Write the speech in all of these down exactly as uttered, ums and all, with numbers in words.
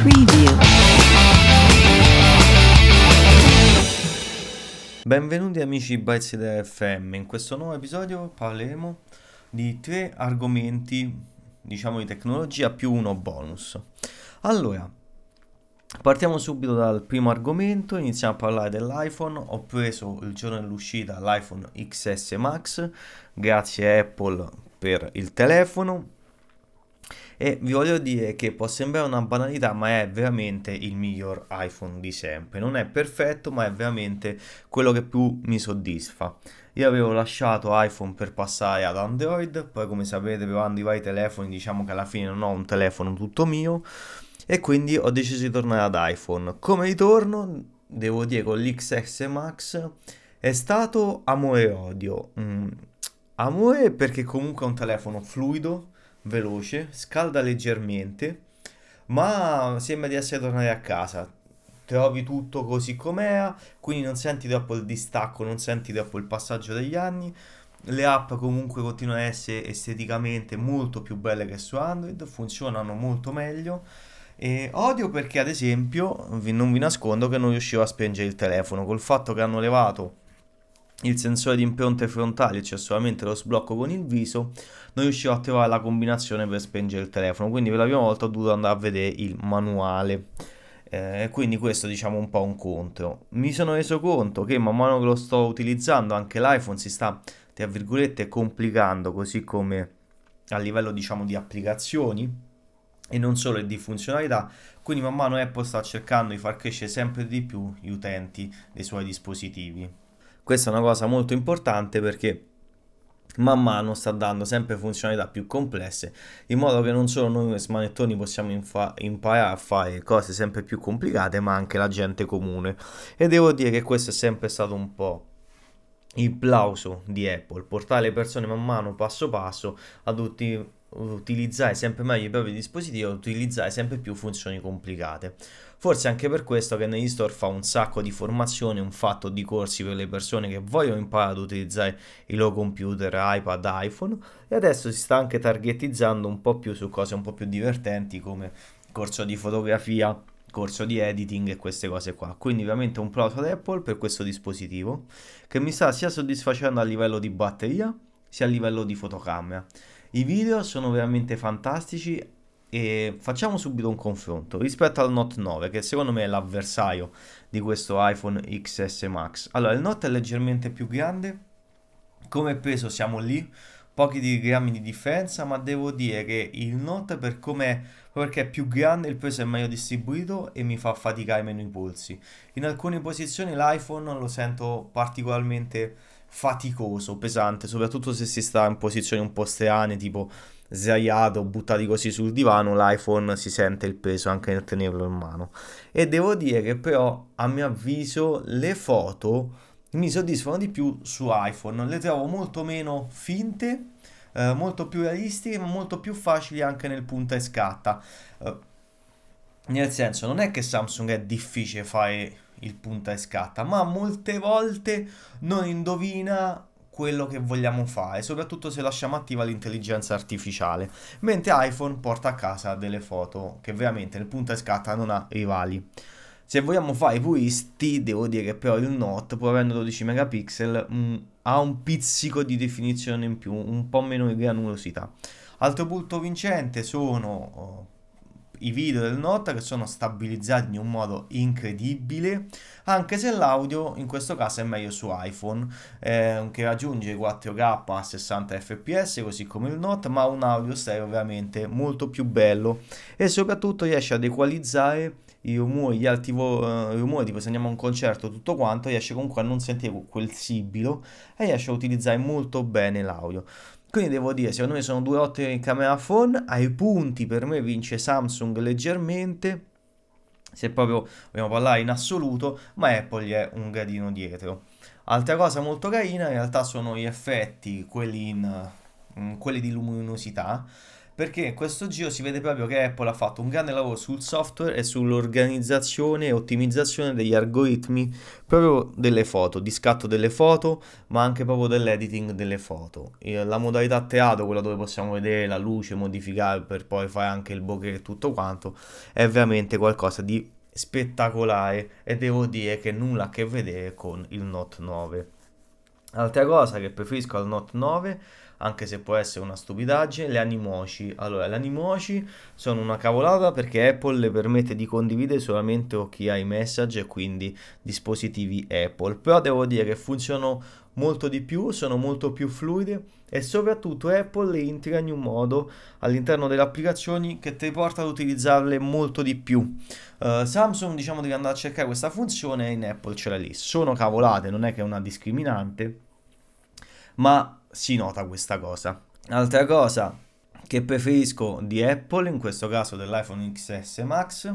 Preview. Benvenuti amici Bytes F M. In questo nuovo episodio parleremo di tre argomenti, diciamo, di tecnologia più uno bonus. Allora, partiamo subito dal primo argomento, iniziamo a parlare dell'iPhone. Ho preso il giorno dell'uscita l'iPhone X S Max, grazie a Apple per il telefono. E vi voglio dire che può sembrare una banalità, ma è veramente il miglior iPhone di sempre. Non è perfetto, ma è veramente quello che più mi soddisfa. Io avevo lasciato iPhone per passare ad Android, poi come sapete provando i vari telefoni diciamo che alla fine non ho un telefono tutto mio e quindi ho deciso di tornare ad iPhone. Come ritorno, devo dire con l'X S Max è stato amore e odio. Mm, amore perché comunque è un telefono fluido, veloce, scalda leggermente, ma sembra di essere tornati a casa. Trovi tutto così com'era, quindi non senti troppo il distacco, non senti troppo il passaggio degli anni. Le app comunque continuano ad essere esteticamente molto più belle che su Android, funzionano molto meglio. E odio perché ad esempio, vi- non vi nascondo che non riuscivo a spengere il telefono, col fatto che hanno levato il sensore di impronte frontali, cioè solamente lo sblocco con il viso, non riuscivo a trovare la combinazione per spengere il telefono, quindi per la prima volta ho dovuto andare a vedere il manuale. Eh, quindi questo diciamo un po' un contro. Mi sono reso conto che man mano che lo sto utilizzando anche l'iPhone si sta, tra virgolette, complicando, così come a livello diciamo di applicazioni e non solo di funzionalità, quindi man mano Apple sta cercando di far crescere sempre di più gli utenti dei suoi dispositivi. Questa è una cosa molto importante perché man mano sta dando sempre funzionalità più complesse, in modo che non solo noi smanettoni possiamo infa- imparare a fare cose sempre più complicate, ma anche la gente comune. E devo dire che questo è sempre stato un po' il plauso di Apple, portare le persone man mano, passo passo, ad uti- utilizzare sempre meglio i propri dispositivi, ad utilizzare sempre più funzioni complicate. Forse anche per questo che negli store fa un sacco di formazione, un fatto di corsi per le persone che vogliono imparare ad utilizzare i loro computer, iPad, iPhone, e adesso si sta anche targetizzando un po' più su cose un po' più divertenti come corso di fotografia, corso di editing e queste cose qua. Quindi veramente un plauso ad Apple per questo dispositivo che mi sta sia soddisfacendo a livello di batteria sia a livello di fotocamera. I video sono veramente fantastici e facciamo subito un confronto rispetto al Note nove che secondo me è l'avversario di questo iPhone X S Max. Allora, il Note è leggermente più grande, come peso siamo lì, pochi di grammi di differenza, ma devo dire che il Note per come perché è più grande il peso è meglio distribuito e mi fa faticare meno i polsi. In alcune posizioni l'iPhone lo sento particolarmente faticoso, pesante, soprattutto se si sta in posizioni un po' strane, tipo sdraiato, buttati così sul divano, l'iPhone si sente il peso anche nel tenerlo in mano. E devo dire che però, a mio avviso, le foto mi soddisfano di più su iPhone, le trovo molto meno finte, eh, molto più realistiche, ma molto più facili anche nel punta e scatta. Eh, nel senso, non è che Samsung è difficile fare il punta e scatta, ma molte volte non indovina quello che vogliamo fare, soprattutto se lasciamo attiva l'intelligenza artificiale, mentre iPhone porta a casa delle foto che veramente nel punta e scatta non ha rivali. Se vogliamo fare i puristi, devo dire che però il Note, pur avendo dodici megapixel, mh, ha un pizzico di definizione in più, un po' meno di granulosità. Altro punto vincente sono oh, i video del Note che sono stabilizzati in un modo incredibile, anche se l'audio in questo caso è meglio su iPhone, eh, che raggiunge quattro K a sessanta F P S, così come il Note, ma ha un audio stereo veramente molto più bello e soprattutto riesce ad equalizzare i rumori, gli alti vo- eh, rumori, tipo se andiamo a un concerto, tutto quanto, riesce comunque a non sentire quel sibilo e riesce a utilizzare molto bene l'audio. Quindi devo dire, secondo me sono due ottimi camera phone, ai punti per me vince Samsung leggermente, se proprio vogliamo parlare in assoluto, ma Apple gli è un gradino dietro. Altra cosa molto carina in realtà sono gli effetti, quelli, in, mm, quelli di luminosità, perché questo giro si vede proprio che Apple ha fatto un grande lavoro sul software e sull'organizzazione e ottimizzazione degli algoritmi proprio delle foto, di scatto delle foto, ma anche proprio dell'editing delle foto. E la modalità teatro, quella dove possiamo vedere la luce, modificare per poi fare anche il bokeh e tutto quanto, è veramente qualcosa di spettacolare e devo dire che nulla a che vedere con il Note nove. Altra cosa che preferisco al Note nove, anche se può essere una stupidaggine, le animoji. Allora, le animoji sono una cavolata perché Apple le permette di condividere solamente con chi ha i message e quindi dispositivi Apple. Però devo dire che funzionano molto di più, sono molto più fluide e soprattutto Apple le integra in un modo all'interno delle applicazioni che ti porta ad utilizzarle molto di più. Uh, Samsung diciamo devi andare a cercare questa funzione e in Apple ce l'ha lì. Sono cavolate, non è che è una discriminante, ma si nota questa cosa. Altra cosa che preferisco di Apple, in questo caso dell'iPhone X S Max,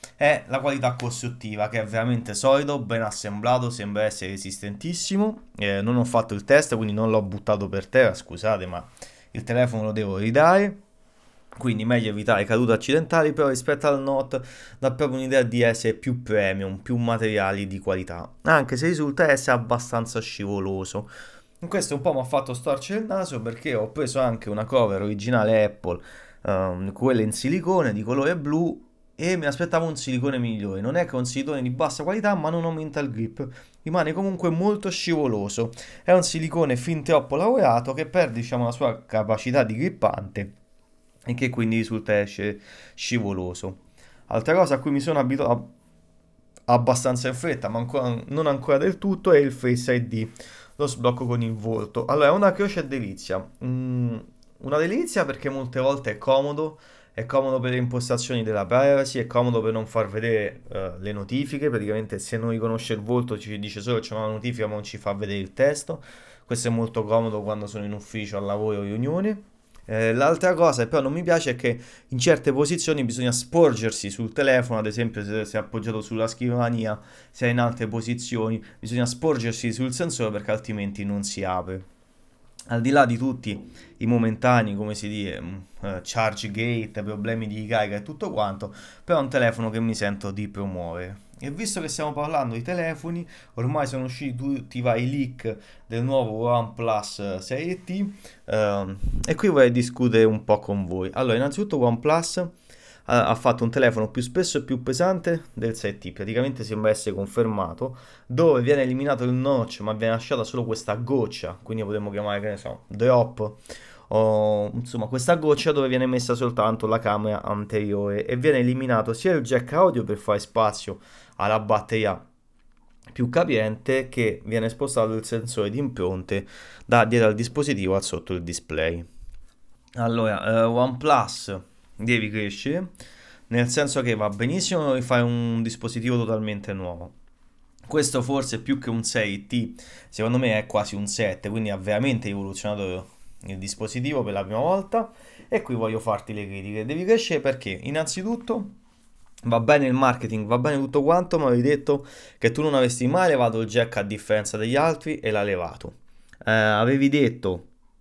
è la qualità costruttiva che è veramente solido, ben assemblato, sembra essere resistentissimo. Eh, non ho fatto il test, quindi non l'ho buttato per terra, scusate, ma il telefono lo devo ridare. Quindi meglio evitare cadute accidentali, però rispetto al Note dà proprio un'idea di essere più premium, più materiali di qualità, anche se risulta essere abbastanza scivoloso. In questo un po' mi ha fatto storcere il naso perché ho preso anche una cover originale Apple, ehm, quella in silicone di colore blu, e mi aspettavo un silicone migliore. Non è che è un silicone di bassa qualità, ma non aumenta il grip. Rimane comunque molto scivoloso. È un silicone fin troppo lavorato che perde, diciamo, la sua capacità di grippante e che quindi risulta essere scivoloso. Altra cosa a cui mi sono abituato abbastanza in fretta, ma ancora, non ancora del tutto, è il Face I D, lo sblocco con il volto. Allora, è una croce delizia. Mm, una delizia perché molte volte è comodo, è comodo per le impostazioni della privacy, è comodo per non far vedere eh, le notifiche, praticamente se non riconosce il volto ci dice solo che c'è una notifica ma non ci fa vedere il testo. Questo è molto comodo quando sono in ufficio, al lavoro o riunioni. Eh, l'altra cosa che però non mi piace è che in certe posizioni bisogna sporgersi sul telefono, ad esempio se sei appoggiato sulla scrivania, se è in altre posizioni, bisogna sporgersi sul sensore perché altrimenti non si apre. Al di là di tutti i momentanei, come si dice, mm, eh, charge gate, problemi di ricarica e tutto quanto, però è un telefono che mi sento di promuovere. E visto che stiamo parlando di telefoni, ormai sono usciti tutti i vari leak del nuovo OnePlus Serie T, ehm, e qui vorrei discutere un po' con voi. Allora, innanzitutto OnePlus ha, ha fatto un telefono più spesso e più pesante del sei T, praticamente sembra essere confermato, dove viene eliminato il notch ma viene lasciata solo questa goccia, quindi potremmo chiamare, che ne so, drop, o insomma questa goccia dove viene messa soltanto la camera anteriore e viene eliminato sia il jack audio per fare spazio alla batteria più capiente, che viene spostato il sensore di impronte da dietro al dispositivo a sotto il display. Allora, eh, OnePlus devi crescere, nel senso che va benissimo rifare un dispositivo totalmente nuovo. Questo forse più che un sei T, secondo me è quasi un sette, quindi ha veramente rivoluzionato il dispositivo per la prima volta e qui voglio farti le critiche. Devi crescere perché innanzitutto va bene il marketing, va bene tutto quanto, ma avevi detto che tu non avresti mai levato il jack a differenza degli altri e l'ha levato. Eh, avevi detto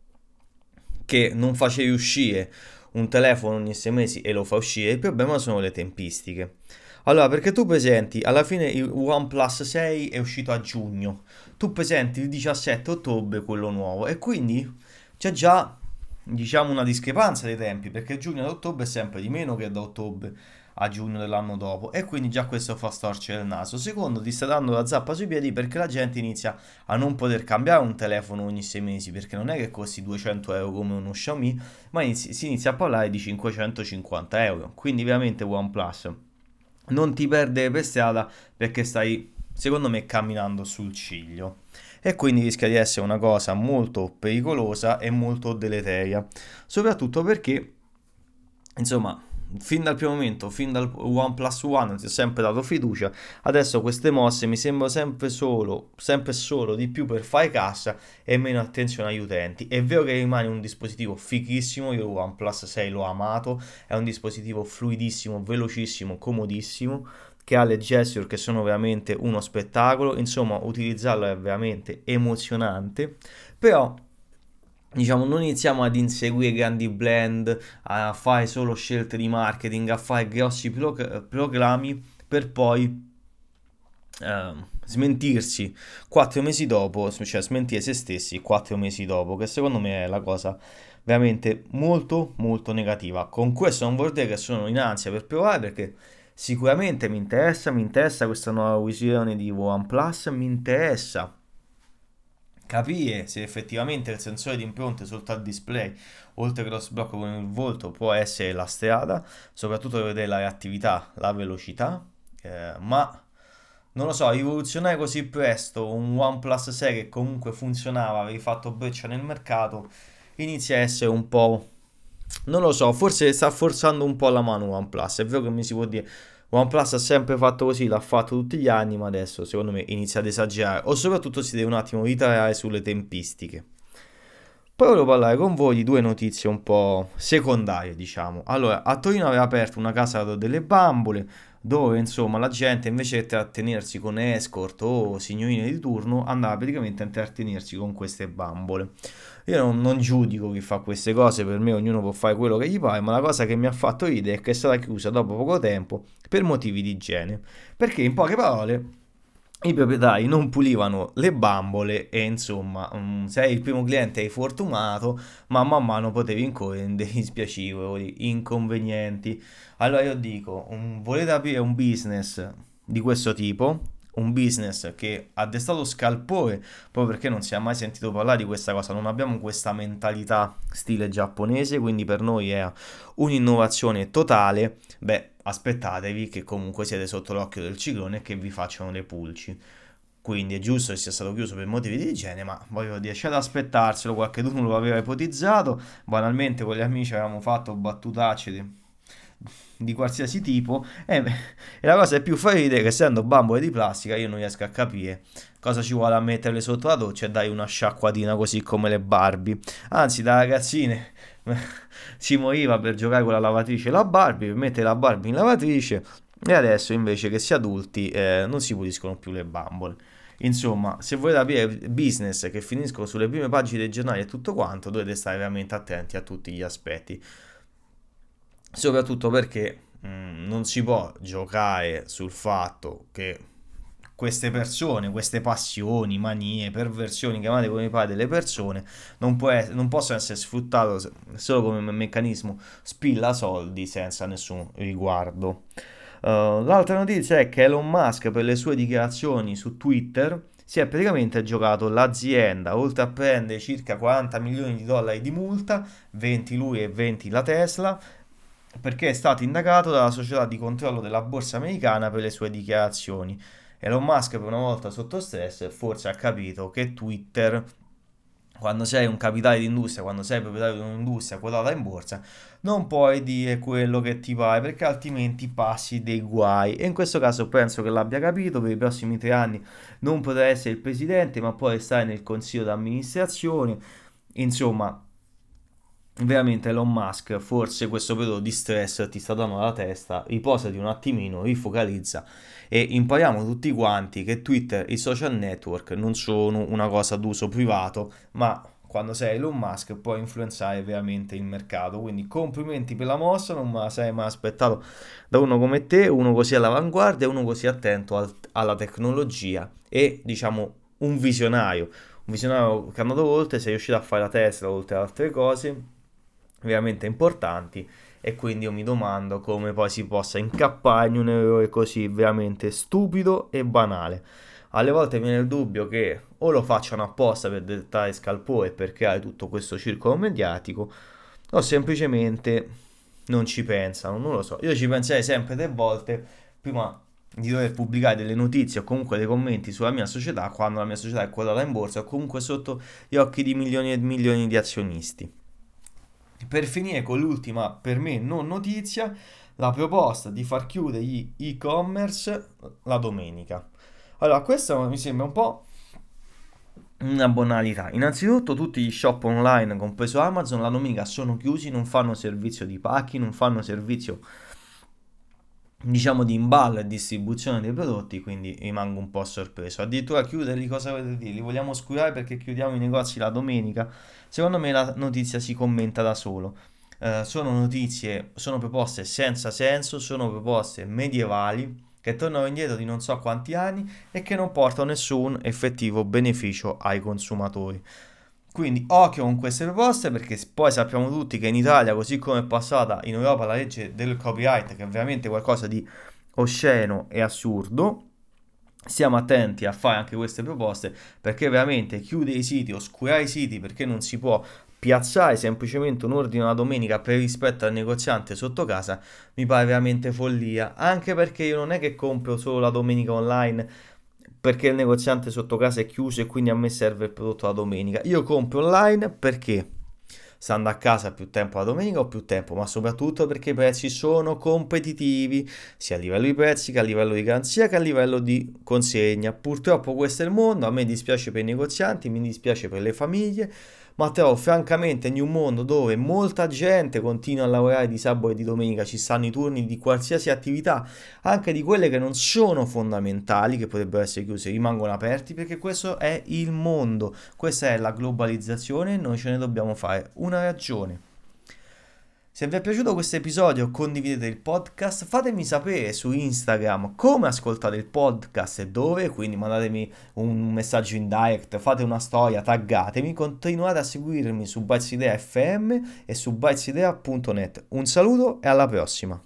che non facevi uscire un telefono ogni sei mesi e lo fa uscire, il problema sono le tempistiche. Allora, perché tu presenti, alla fine il OnePlus sei è uscito a giugno, tu presenti il diciassette ottobre quello nuovo e quindi c'è già, diciamo, una discrepanza dei tempi, perché giugno ad ottobre è sempre di meno che da ottobre a giugno dell'anno dopo e quindi già questo fa storcere il naso. Secondo, ti sta dando la zappa sui piedi perché la gente inizia a non poter cambiare un telefono ogni sei mesi, perché non è che costi duecento euro come uno Xiaomi, ma inizi- si inizia a parlare di cinquecentocinquanta euro. Quindi veramente OnePlus non ti perdere per strada perché stai, secondo me, camminando sul ciglio. E quindi rischia di essere una cosa molto pericolosa e molto deleteria. Soprattutto perché, insomma, fin dal primo momento, fin dal OnePlus One ti ho sempre dato fiducia. Adesso queste mosse mi sembrano sempre solo, sempre solo di più per fare cassa e meno attenzione agli utenti. È vero che rimane un dispositivo fighissimo, io il OnePlus sei l'ho amato, è un dispositivo fluidissimo, velocissimo, comodissimo, che ha le gesture che sono veramente uno spettacolo, insomma utilizzarlo è veramente emozionante, però diciamo, non iniziamo ad inseguire grandi brand, a fare solo scelte di marketing, a fare grossi pro- proclami per poi eh, smentirsi quattro mesi dopo, cioè smentire se stessi quattro mesi dopo, che secondo me è la cosa veramente molto molto negativa. Con questo non vuol dire che sono in ansia per provare, perché sicuramente mi interessa, mi interessa questa nuova visione di OnePlus, mi interessa capire se effettivamente il sensore di impronte sotto al display, oltre che lo sblocco con il volto, può essere la strada, soprattutto per vedere la reattività, la velocità, eh, ma non lo so, rivoluzionare così presto un OnePlus sei che comunque funzionava, avevi fatto breccia nel mercato, inizia a essere un po'... Non lo so, forse sta forzando un po' la mano OnePlus. È vero che mi si può dire, OnePlus ha sempre fatto così, l'ha fatto tutti gli anni, ma adesso secondo me inizia ad esagerare. O soprattutto si deve un attimo ritirare sulle tempistiche. Poi volevo parlare con voi di due notizie un po' secondarie, diciamo. Allora, a Torino aveva aperto una casa delle bambole, dove insomma la gente invece che trattenersi con escort o signorine di turno andava praticamente a intrattenersi con queste bambole. Io non, non giudico chi fa queste cose, per me ognuno può fare quello che gli pare, ma la cosa che mi ha fatto ridere è che è stata chiusa dopo poco tempo per motivi di igiene. Perché in poche parole i proprietari non pulivano le bambole e insomma, mm, se il primo cliente hai fortunato, ma man mano potevi incorrere in degli spiacevoli inconvenienti. Allora io dico, un- volete aprire un business di questo tipo? Un business che ha destato scalpore proprio perché non si è mai sentito parlare di questa cosa, non abbiamo questa mentalità stile giapponese, quindi per noi è un'innovazione totale. Beh, aspettatevi che comunque siete sotto l'occhio del ciclone e che vi facciano le pulci. Quindi è giusto che sia stato chiuso per motivi di igiene, ma voglio dire, c'è da aspettarselo, qualcuno lo aveva ipotizzato, banalmente con gli amici avevamo fatto battutacce di, di qualsiasi tipo, e, e la cosa è più fa ridere che essendo bambole di plastica io non riesco a capire cosa ci vuole a metterle sotto la doccia e dai una sciacquatina così come le Barbie. Anzi, da ragazzine si moriva per giocare con la lavatrice e la Barbie, per mettere la Barbie in lavatrice, e adesso invece che si è adulti eh, non si puliscono più le bambole. Insomma, se volete aprire business che finiscono sulle prime pagine dei giornali e tutto quanto, dovete stare veramente attenti a tutti gli aspetti. Soprattutto perché mh, non si può giocare sul fatto che queste persone, queste passioni, manie, perversioni, chiamate come pare delle persone, non, può ess- non possono essere sfruttate solo come me- meccanismo spilla soldi senza nessun riguardo. Uh, l'altra notizia è che Elon Musk per le sue dichiarazioni su Twitter si è praticamente giocato l'azienda, oltre a prendere circa quaranta milioni di dollari di multa, venti lui e venti la Tesla, perché è stato indagato dalla società di controllo della borsa americana per le sue dichiarazioni. Elon Musk per una volta sotto stress forse ha capito che Twitter, quando sei un capitale d'industria, quando sei proprietario di un'industria quotata in borsa, non puoi dire quello che ti pare perché altrimenti passi dei guai. E in questo caso penso che l'abbia capito, per i prossimi tre anni non potrà essere il presidente, ma può stare nel consiglio d'amministrazione. Insomma, veramente Elon Musk, forse questo periodo di stress ti sta dando la testa, riposati un attimino, rifocalizza e impariamo tutti quanti che Twitter e i social network non sono una cosa d'uso privato, ma quando sei Elon Musk puoi influenzare veramente il mercato. Quindi complimenti per la mossa, non me la sarei mai aspettato da uno come te, uno così all'avanguardia, uno così attento al- alla tecnologia e diciamo un visionario. Un visionario che è andato oltre, sei riuscito a fare la Tesla oltre ad altre cose veramente importanti e quindi io mi domando come poi si possa incappare in un errore così veramente stupido e banale. Alle volte viene il dubbio che o lo facciano apposta per dettare scalpore e per creare tutto questo circolo mediatico o semplicemente non ci pensano, non lo so. Io ci penserei sempre tre volte prima di dover pubblicare delle notizie o comunque dei commenti sulla mia società quando la mia società è quotata in borsa o comunque sotto gli occhi di milioni e milioni di azionisti. Per finire con l'ultima, per me non notizia, la proposta di far chiudere gli e-commerce la domenica. Allora, questa mi sembra un po' una banalità. Innanzitutto tutti gli shop online, compreso Amazon, la domenica sono chiusi, non fanno servizio di pacchi, non fanno servizio diciamo di imballo e distribuzione dei prodotti, quindi rimango un po' sorpreso. Addirittura chiuderli, cosa volete dire? Li vogliamo oscurare perché chiudiamo i negozi la domenica? Secondo me la notizia si commenta da solo. Eh, sono notizie, sono proposte senza senso, sono proposte medievali che tornano indietro di non so quanti anni e che non portano nessun effettivo beneficio ai consumatori. Quindi occhio con queste proposte perché poi sappiamo tutti che in Italia, così come è passata in Europa la legge del copyright, che è veramente qualcosa di osceno e assurdo, stiamo attenti a fare anche queste proposte perché veramente chiudere i siti, oscurare i siti perché non si può piazzare semplicemente un ordine una domenica per rispetto al negoziante sotto casa mi pare veramente follia, anche perché io non è che compro solo la domenica online perché il negoziante sotto casa è chiuso e quindi a me serve il prodotto la domenica. Io compro online perché stando a casa più tempo la domenica ho più tempo, ma soprattutto perché i prezzi sono competitivi, sia a livello di prezzi che a livello di garanzia che a livello di consegna. Purtroppo questo è il mondo, a me dispiace per i negozianti, mi dispiace per le famiglie, ma però francamente in un mondo dove molta gente continua a lavorare di sabato e di domenica, ci stanno i turni di qualsiasi attività, anche di quelle che non sono fondamentali, che potrebbero essere chiuse, rimangono aperti perché questo è il mondo. Questa è la globalizzazione e noi ce ne dobbiamo fare una ragione. Se vi è piaciuto questo episodio condividete il podcast, fatemi sapere su Instagram come ascoltate il podcast e dove, quindi mandatemi un messaggio in direct, fate una storia, taggatemi, continuate a seguirmi su Bytesidea F M e su bytesidea punto net. Un saluto e alla prossima!